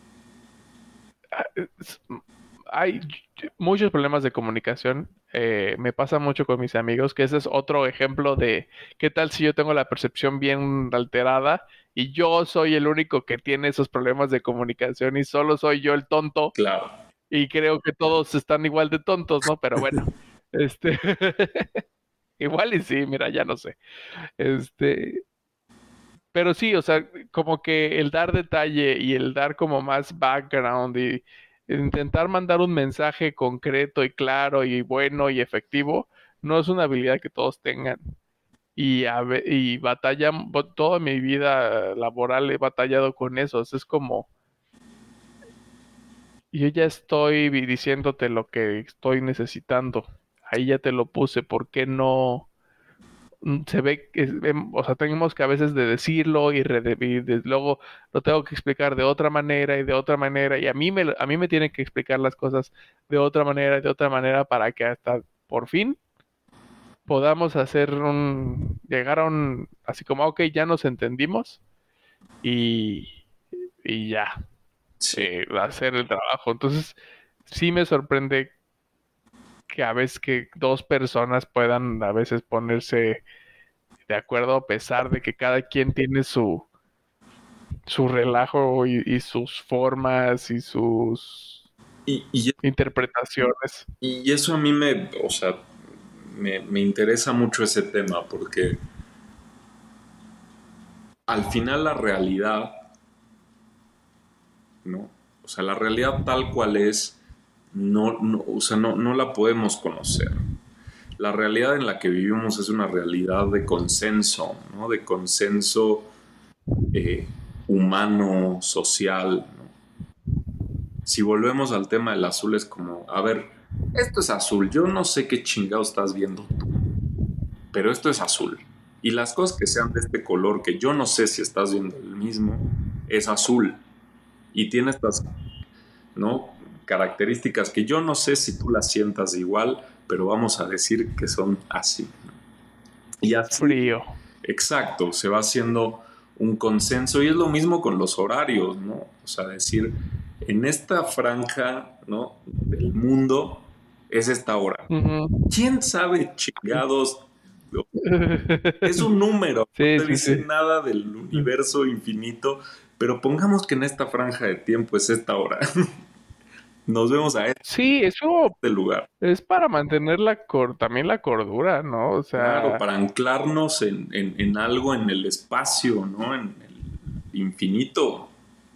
es- hay muchos problemas de comunicación. Me pasa mucho con mis amigos, que ese es otro ejemplo de qué tal si yo tengo la percepción bien alterada y yo soy el único que tiene esos problemas de comunicación y solo soy yo el tonto Claro. y creo que todos están igual de tontos, ¿no? Pero bueno, este, igual y sí, mira, ya no sé. Este, pero sí, o sea, como que el dar detalle y el dar como más background y intentar mandar un mensaje concreto y claro y bueno y efectivo, no es una habilidad que todos tengan. Y toda mi vida laboral he batallado con eso. O sea, es como, yo ya estoy diciéndote lo que estoy necesitando. Ahí ya te lo puse, ¿por qué no? Se ve que, o sea, tenemos que a veces de decirlo luego lo tengo que explicar de otra manera y de otra manera, y a mí me tienen que explicar las cosas de otra manera y de otra manera para que hasta por fin podamos llegar a así como, ok, ya nos entendimos y, y ya, Sí. hacer el trabajo. Entonces, sí me sorprende que a veces que dos personas puedan a veces ponerse de acuerdo a pesar de que cada quien tiene su relajo y sus formas y sus Y, interpretaciones. y eso a mí o sea, me interesa mucho ese tema porque al final la realidad, ¿no? O sea, la realidad tal cual es, o sea, no la podemos conocer. La realidad en la que vivimos es una realidad de consenso, ¿no? De consenso eh, humano, social, ¿no? Si volvemos al tema del azul es como, a ver, esto es azul, yo no sé qué chingado estás viendo tú, pero esto es azul. Y las cosas que sean de este color, que yo no sé si estás viendo el mismo, es azul. Y tiene estas, ¿no? Características que yo no sé si tú las sientas igual, pero vamos a decir que son así. Y así, Frío. exacto, se va haciendo un consenso, y es lo mismo con los horarios, ¿no? O sea, decir, en esta franja, ¿no?, del mundo es esta hora. ¿Quién sabe, chingados? Es un número, no Sí, te sí, dice sí. nada del universo infinito, pero pongamos que en esta franja de tiempo es esta hora. Nos vemos a Sí, eso este lugar. es para mantener también la cordura, ¿no? O Claro, sea, para anclarnos en algo en el espacio, ¿no? En el infinito.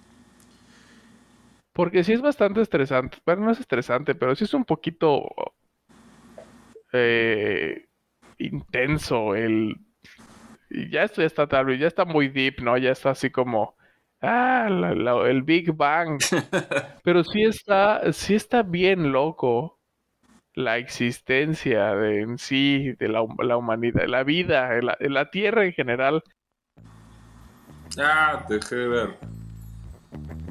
porque sí es bastante estresante. Bueno, no es estresante, pero sí es un poquito eh, intenso y ya esto ya está tarde, ya está muy deep, ¿no? Ya está así como, el Big Bang. Pero sí está bien loco la existencia de en sí, de la humanidad, de la vida, de la Tierra en general. Ah, dejé de ver.